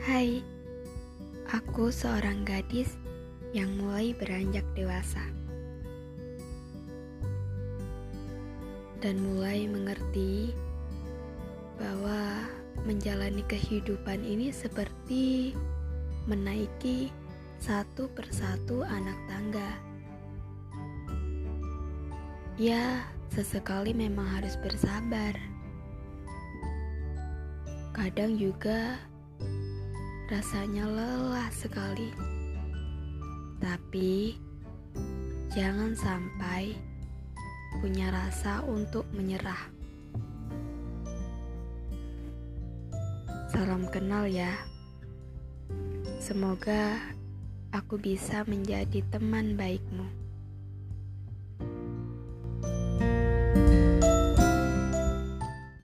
Hai, aku seorang gadis yang mulai beranjak dewasa dan mulai mengerti bahwa menjalani kehidupan ini seperti menaiki satu persatu anak tangga. Ya, sesekali memang harus bersabar. Kadang juga rasanya lelah sekali. Tapi jangan sampai punya rasa untuk menyerah. Salam kenal ya. Semoga aku bisa menjadi teman baikmu.